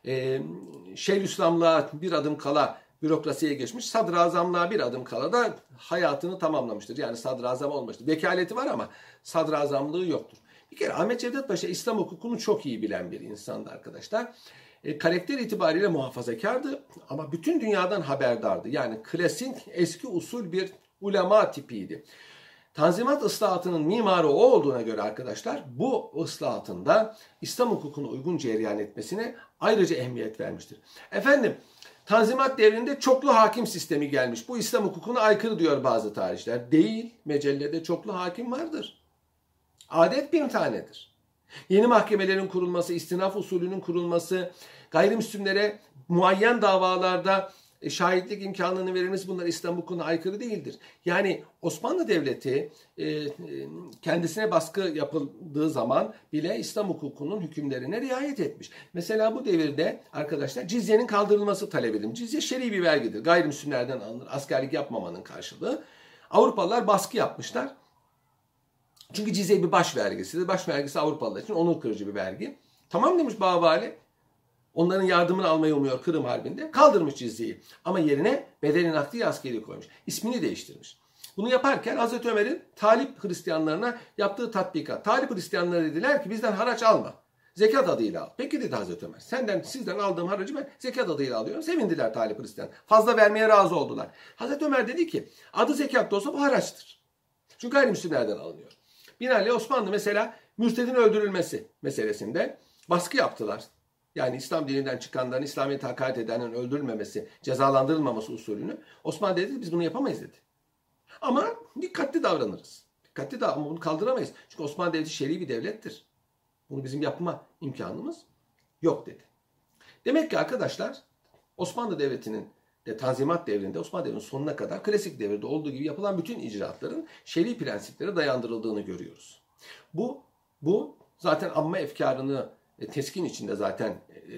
Şeyhülislamlığa bir adım kala bürokrasiye geçmiş, sadrazamlığa bir adım kala da hayatını tamamlamıştır. Yani sadrazam olmuştur. Vekaleti var ama sadrazamlığı yoktur. Bir kere Ahmet Cevdet Paşa İslam hukukunu çok iyi bilen bir insandı arkadaşlar. Karakter itibariyle muhafazakardı ama bütün dünyadan haberdardı. Yani klasik eski usul bir ulema tipiydi. Tanzimat ıslahatının mimarı o olduğuna göre arkadaşlar bu ıslahatında İslam hukukuna uygun cereyan etmesine ayrıca ehemmiyet vermiştir. Tanzimat devrinde çoklu hakim sistemi gelmiş. Bu İslam hukukuna aykırı diyor bazı tarihçiler. Değil, mecellede çoklu hakim vardır. Adet bir tanedir. Yeni mahkemelerin kurulması, istinaf usulünün kurulması, gayrimüslimlere muayyen davalarda şahitlik imkanının verilmesi bunlar İslam hukukuna aykırı değildir. Yani Osmanlı Devleti kendisine baskı yapıldığı zaman bile İslam hukukunun hükümlerine riayet etmiş. Mesela bu devirde arkadaşlar cizyenin kaldırılması talep edilir. Cizye şer'i bir vergidir. Gayrimüslimlerden alınır. Askerlik yapmamanın karşılığı. Avrupalılar baskı yapmışlar. Çünkü cizye bir baş vergisidir. Baş vergisi Avrupalılar için onur kırıcı bir vergi. Tamam demiş Babali. Onların yardımını almayı umuyor Kırım Harbi'nde. Kaldırmış cizyeyi. Ama yerine bedeli nakdi askeri koymuş. İsmini değiştirmiş. Bunu yaparken Hazreti Ömer'in Talip Hristiyanlarına yaptığı tatbikat. Talip Hristiyanlara dediler ki bizden haraç alma. Zekat adıyla al. Peki dedi Hazreti Ömer. Sizden aldığım haracı ben zekat adıyla alıyorum. Sevindiler Talip Hristiyan. Fazla vermeye razı oldular. Hazreti Ömer dedi ki adı zekat da olsa bu haraçtır. Çünkü gayrimüslimlerden alınıyor. Binaenaleyh Osmanlı mesela mürtedin öldürülmesi meselesinde baskı yaptılar. Yani İslam dininden çıkanların, İslamiyet'e hakaret edenlerin öldürülmemesi, cezalandırılmaması usulünü. Osmanlı dedi ki biz bunu yapamayız dedi. Ama dikkatli davranırız. Ama bunu kaldıramayız. Çünkü Osmanlı Devleti şer'i bir devlettir. Bunu bizim yapma imkanımız yok dedi. Demek ki arkadaşlar Osmanlı Devleti'nin de Tanzimat devrinde, Osmanlı Devleti'nin sonuna kadar klasik devirde olduğu gibi yapılan bütün icraatların şer'i prensiplere dayandırıldığını görüyoruz. Bu zaten amme efkarını teskin içinde zaten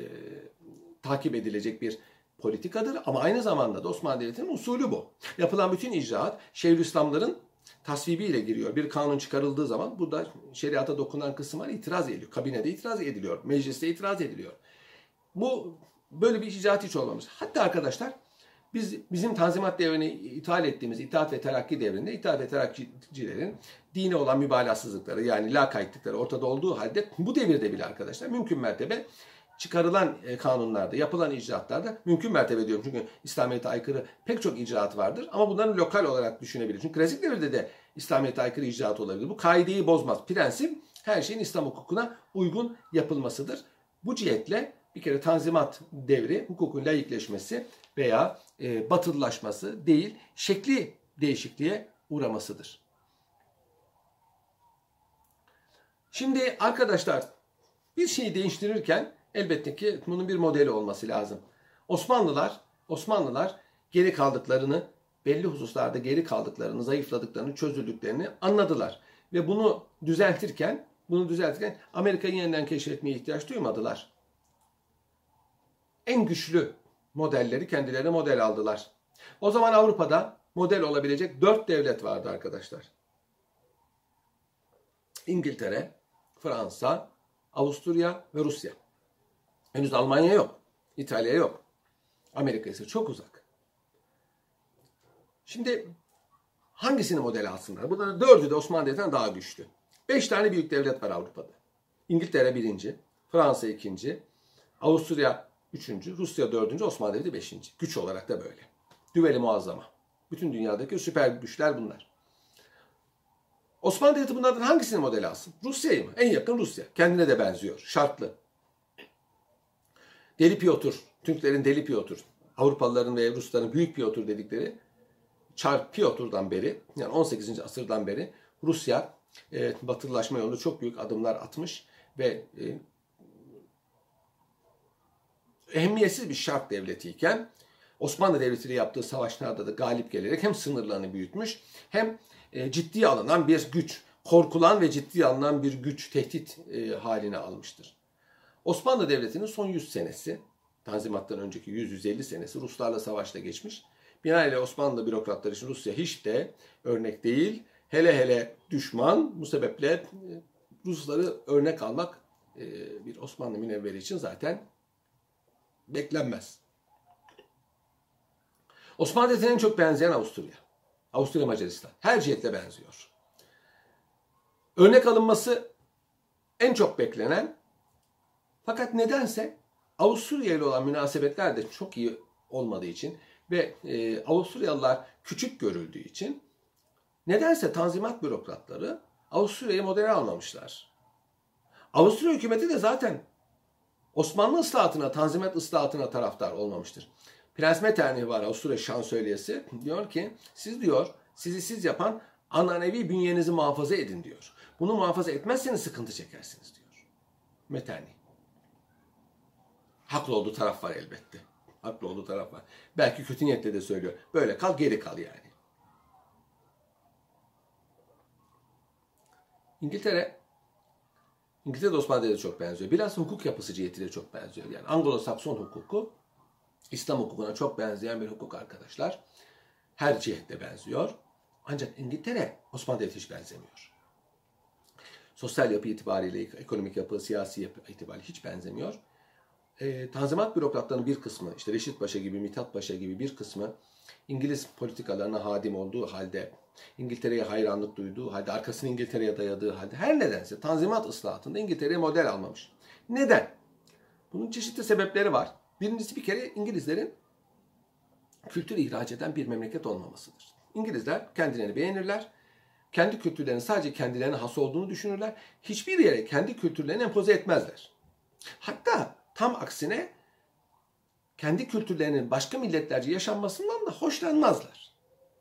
takip edilecek bir politikadır. Ama aynı zamanda da Osmanlı Devleti'nin usulü bu. Yapılan bütün icraat Şeyhülislamların tasvibiyle giriyor. Bir kanun çıkarıldığı zaman burada şeriata dokunan kısımlar itiraz ediliyor. Kabinede itiraz ediliyor. Mecliste itiraz ediliyor. Bu böyle bir icraat hiç olmamış. Hatta arkadaşlar bizim Tanzimat devrine ithal ettiğimiz İttihat ve Terakki devrinde İttihat ve Terakkicilerin dine olan mübalağasızlıkları yani lakaytlıkları ortada olduğu halde bu devirde bile arkadaşlar mümkün mertebe çıkarılan kanunlarda, yapılan icraatlarda mümkün mertebe diyorum. Çünkü İslamiyet'e aykırı pek çok icraat vardır ama bunların lokal olarak düşünebilir. Çünkü klasik devirde de İslamiyet'e aykırı icraat olabilir. Bu kaideyi bozmaz. Prensip her şeyin İslam hukukuna uygun yapılmasıdır. Bu cihetle bir kere Tanzimat devri hukukun laikleşmesi veya batılılaşması değil, şekli değişikliğe uğramasıdır. Şimdi arkadaşlar bir şeyi değiştirirken elbette ki bunun bir modeli olması lazım. Osmanlılar geri kaldıklarını, belli hususlarda geri kaldıklarını, zayıfladıklarını, çözüldüklerini anladılar. Ve bunu düzeltirken Amerika'yı yeniden keşfetmeye ihtiyaç duymadılar. En güçlü modelleri kendilerine model aldılar. O zaman Avrupa'da model olabilecek 4 devlet vardı arkadaşlar. İngiltere, Fransa, Avusturya ve Rusya. Henüz Almanya yok, İtalya yok. Amerika ise çok uzak. Şimdi hangisini model alsınlar? Bunların 4'ü de Osmanlı Devleti'nden daha güçlü. 5 tane büyük devlet var Avrupa'da. İngiltere 1. Fransa 2. Avusturya 3. Rusya 4. Osmanlı Devleti 5. Güç olarak da böyle. Düveli muazzama. Bütün dünyadaki süper güçler bunlar. Osmanlı Devleti bunlardan hangisini model alsın? Rusya'yı mı? En yakın Rusya. Kendine de benziyor. Şartlı. Deli Piotr, Türklerin Deli Piotr, Avrupalıların ve Rusların Büyük Piotr dedikleri Çar Piotr'dan beri, yani 18. asırdan beri Rusya batılılaşma yolunda çok büyük adımlar atmış ve ehemmiyetsiz bir şark devletiyken Osmanlı Devleti ile yaptığı savaşlarda da galip gelerek hem sınırlarını büyütmüş hem ciddiye alınan bir güç, korkulan ve ciddiye alınan bir güç, tehdit haline almıştır. Osmanlı Devleti'nin son 100 senesi, Tanzimat'tan önceki 100-150 senesi Ruslarla savaşta geçmiş. Binaenaleyh Osmanlı bürokratları için Rusya hiç de örnek değil. Hele hele düşman. Bu sebeple Rusları örnek almak bir Osmanlı münevveri için zaten beklenmez. Osmanlı Devleti'ne en çok benzeyen Avusturya. Avusturya Macaristan. Her cihetle benziyor. Örnek alınması en çok beklenen, fakat nedense Avusturya ile olan münasebetler de çok iyi olmadığı için ve Avusturyalılar küçük görüldüğü için nedense Tanzimat bürokratları Avusturya'yı model almamışlar. Avusturya hükümeti de zaten Osmanlı ıslahatına, Tanzimat ıslahatına taraftar olmamıştır. Prens Metternich var, Avusturya şansölyesi, diyor ki sizi siz yapan ananevi bünyenizi muhafaza edin diyor. Bunu muhafaza etmezseniz sıkıntı çekersiniz diyor Metternich. Haklı olduğu taraf var elbette. Haklı olduğu taraf var. Belki kötü niyetle de söylüyor. Böyle kal, geri kal yani. İngiltere de Osmanlı Devleti'ne çok benziyor. Biraz hukuk yapısı cihetiyle çok benziyor. Yani Anglo-Sakson hukuku, İslam hukukuna çok benzeyen bir hukuk arkadaşlar. Her cihetle benziyor. Ancak İngiltere Osmanlı Devleti hiç benzemiyor. Sosyal yapı itibariyle, ekonomik yapı, siyasi yapı itibariyle hiç benzemiyor. Tanzimat bürokratlarının bir kısmı, işte Reşit Paşa gibi, Mithat Paşa gibi bir kısmı İngiliz politikalarına hadim olduğu halde, İngiltere'ye hayranlık duyduğu halde, arkasını İngiltere'ye dayadığı halde, her nedense Tanzimat ıslahatında İngiltere'ye model almamış. Neden? Bunun çeşitli sebepleri var. Birincisi bir kere İngilizlerin kültür ihraç eden bir memleket olmamasıdır. İngilizler kendilerini beğenirler. Kendi kültürlerinin sadece kendilerine has olduğunu düşünürler. Hiçbir yere kendi kültürlerini empoze etmezler. Hatta tam aksine kendi kültürlerinin başka milletlerce yaşanmasından da hoşlanmazlar.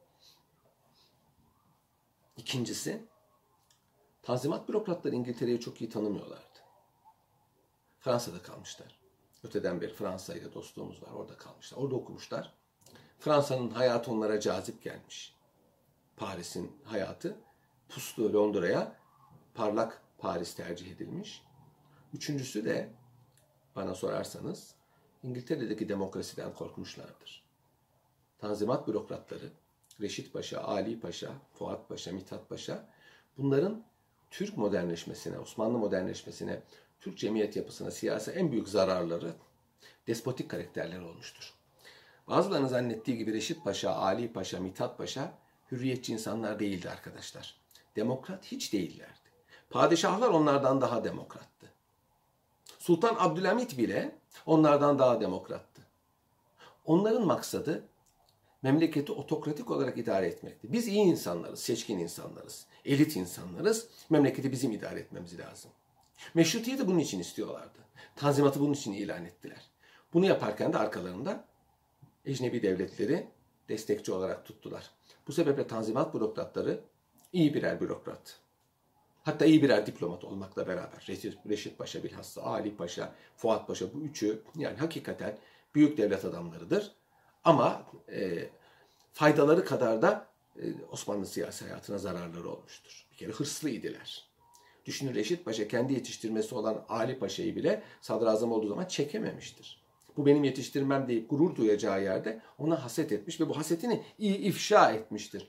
İkincisi, Tanzimat bürokratları İngiltere'yi çok iyi tanımıyorlardı. Fransa'da kalmışlar. Öteden beri Fransa ile dostluğumuz var. Orada kalmışlar. Orada okumuşlar. Fransa'nın hayatı onlara cazip gelmiş. Paris'in hayatı puslu Londra'ya parlak Paris tercih edilmiş. Üçüncüsü de bana sorarsanız İngiltere'deki demokrasiden korkmuşlardır. Tanzimat bürokratları, Reşit Paşa, Ali Paşa, Fuat Paşa, Mithat Paşa, bunların Türk modernleşmesine, Osmanlı modernleşmesine, Türk cemiyet yapısına, siyasi en büyük zararları despotik karakterler olmuştur. Bazılarının zannettiği gibi Reşit Paşa, Ali Paşa, Mithat Paşa hürriyetçi insanlar değildi arkadaşlar. Demokrat hiç değillerdi. Padişahlar onlardan daha demokrattı. Sultan Abdülhamit bile onlardan daha demokrattı. Onların maksadı memleketi otokratik olarak idare etmekti. Biz iyi insanlarız, seçkin insanlarız, elit insanlarız. Memleketi bizim idare etmemiz lazım. Meşrutiyeti bunun için istiyorlardı. Tanzimatı bunun için ilan ettiler. Bunu yaparken de arkalarında ecnebi devletleri destekçi olarak tuttular. Bu sebeple Tanzimat bürokratları iyi birer bürokrat. Hatta iyi birer diplomat olmakla beraber Reşit Paşa bilhassa, Ali Paşa, Fuat Paşa, bu üçü yani hakikaten büyük devlet adamlarıdır. Ama faydaları kadar da Osmanlı siyasi hayatına zararları olmuştur. Bir kere hırslıydılar. Düşünün, Reşit Paşa kendi yetiştirmesi olan Ali Paşa'yı bile sadrazam olduğu zaman çekememiştir. Bu benim yetiştirmem deyip gurur duyacağı yerde ona haset etmiş ve bu hasetini iyi ifşa etmiştir.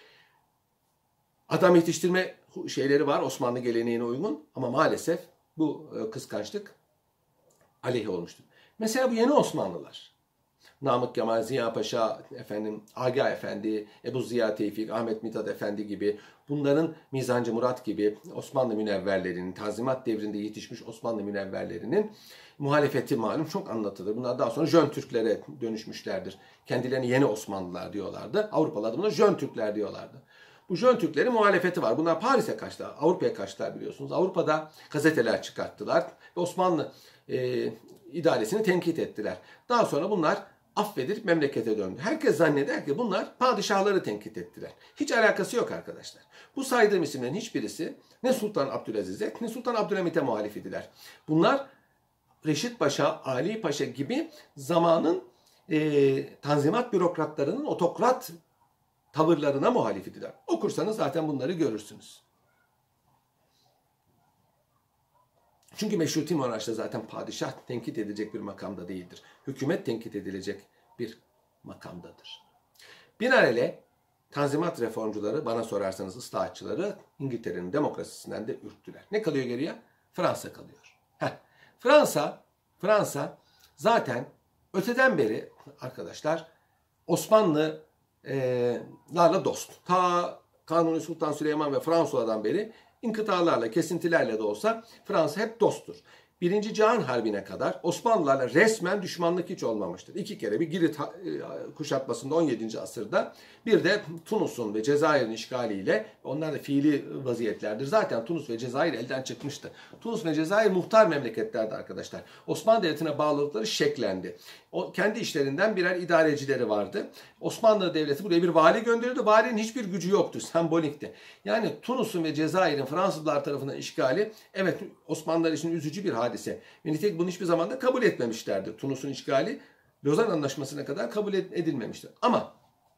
Adam yetiştirme şeyleri var Osmanlı geleneğine uygun ama maalesef bu kıskançlık aleyhe olmuştur. Mesela bu yeni Osmanlılar. Namık Kemal, Ziya Paşa, Agah Efendi, Ebu Ziya Tevfik, Ahmet Mithat Efendi gibi, bunların Mizancı Murat gibi Osmanlı münevverlerinin, Tanzimat devrinde yetişmiş Osmanlı münevverlerinin muhalefeti malum çok anlatılır. Bunlar daha sonra Jön Türklere dönüşmüşlerdir. Kendilerini yeni Osmanlılar diyorlardı. Avrupalılar buna Jön Türkler diyorlardı. Bu Jön Türklerin muhalefeti var. Bunlar Paris'e kaçtılar, Avrupa'ya kaçtılar biliyorsunuz. Avrupa'da gazeteler çıkarttılar ve Osmanlı idaresini tenkit ettiler. Daha sonra bunlar affedilip memlekete döndü. Herkes zanneder ki bunlar padişahları tenkit ettiler. Hiç alakası yok arkadaşlar. Bu saydığım isimlerin hiçbirisi ne Sultan Abdülaziz'e ne Sultan Abdülhamit'e muhalif idiler. Bunlar Reşit Paşa, Ali Paşa gibi zamanın Tanzimat bürokratlarının otokrat tavırlarına muhalif idiler. Okursanız zaten bunları görürsünüz. Çünkü meşruti monarşide zaten padişah tenkit edilecek bir makamda değildir. Hükümet tenkit edilecek bir makamdadır. Binaenaleyh Tanzimat reformcuları, bana sorarsanız ıslahatçıları, İngiltere'nin demokrasisinden de ürktüler. Ne kalıyor geriye? Fransa kalıyor. Fransa zaten öteden beri arkadaşlar Osmanlılarla dost. Ta Kanuni Sultan Süleyman ve François'dan beri inkıtalarla, kesintilerle de olsa Fransa hep dosttur. Birinci Cihan Harbi'ne kadar Osmanlılarla resmen düşmanlık hiç olmamıştır. 2 kere, bir Girit kuşatmasında 17. asırda, bir de Tunus'un ve Cezayir'in işgaliyle, onlar da fiili vaziyetlerdir. Zaten Tunus ve Cezayir elden çıkmıştı. Tunus ve Cezayir muhtar memleketlerdi arkadaşlar. Osmanlı Devleti'ne bağlılıkları şeklendi. Kendi işlerinden birer idarecileri vardı. Osmanlı Devleti buraya bir vali gönderirdi. Valinin hiçbir gücü yoktu, sembolikti. Yani Tunus'un ve Cezayir'in Fransızlar tarafından işgali, evet, Osmanlılar için üzücü bir hadise. Ve nitekim bunu hiçbir zaman da kabul etmemişlerdi. Tunus'un işgali Lozan Anlaşması'na kadar kabul edilmemiştir. Ama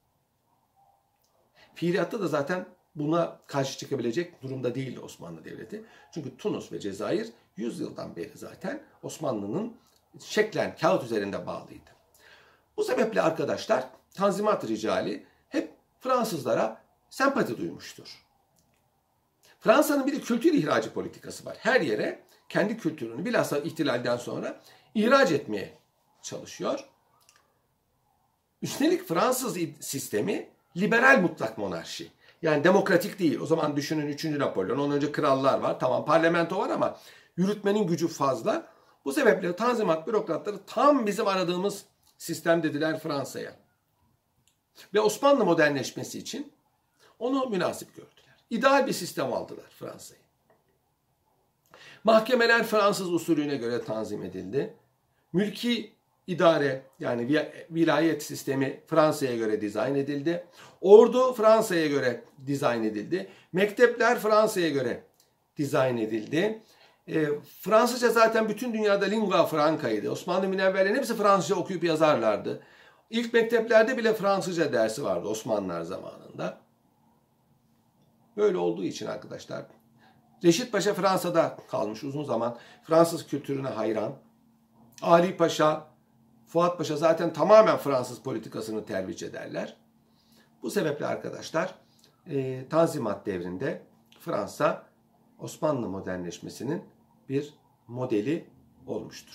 fiiliyatta da zaten buna karşı çıkabilecek durumda değildi Osmanlı Devleti. Çünkü Tunus ve Cezayir 100 yıldan beri zaten Osmanlı'nın şeklen kağıt üzerinde bağlıydı. Bu sebeple arkadaşlar Tanzimat ricali hep Fransızlara sempati duymuştur. Fransa'nın bir de kültür ihracı politikası var. Her yere kendi kültürünü bilhassa ihtilalden sonra ihraç etmeye çalışıyor. Üstelik Fransız sistemi liberal mutlak monarşi. Yani demokratik değil. O zaman düşünün 3. Napolyon, ondan önce krallar var. Tamam, parlamento var ama yürütmenin gücü fazla. Bu sebeple Tanzimat bürokratları tam bizim aradığımız sistem dediler Fransa'ya. Ve Osmanlı modernleşmesi için onu münasip gördüler. İdeal bir sistem aldılar Fransa'yı. Mahkemeler Fransız usulüne göre tanzim edildi. Mülki idare, yani vilayet sistemi Fransa'ya göre dizayn edildi. Ordu Fransa'ya göre dizayn edildi. Mektepler Fransa'ya göre dizayn edildi. Fransızca zaten bütün dünyada lingua franca'ydı. Osmanlı münevverlerin hepsi Fransızca okuyup yazarlardı. İlk mekteplerde bile Fransızca dersi vardı Osmanlılar zamanında. Böyle olduğu için arkadaşlar, Reşit Paşa Fransa'da kalmış uzun zaman. Fransız kültürüne hayran. Ali Paşa, Fuat Paşa zaten tamamen Fransız politikasını tercih ederler. Bu sebeple arkadaşlar Tanzimat devrinde Fransa Osmanlı modernleşmesinin bir modeli olmuştur.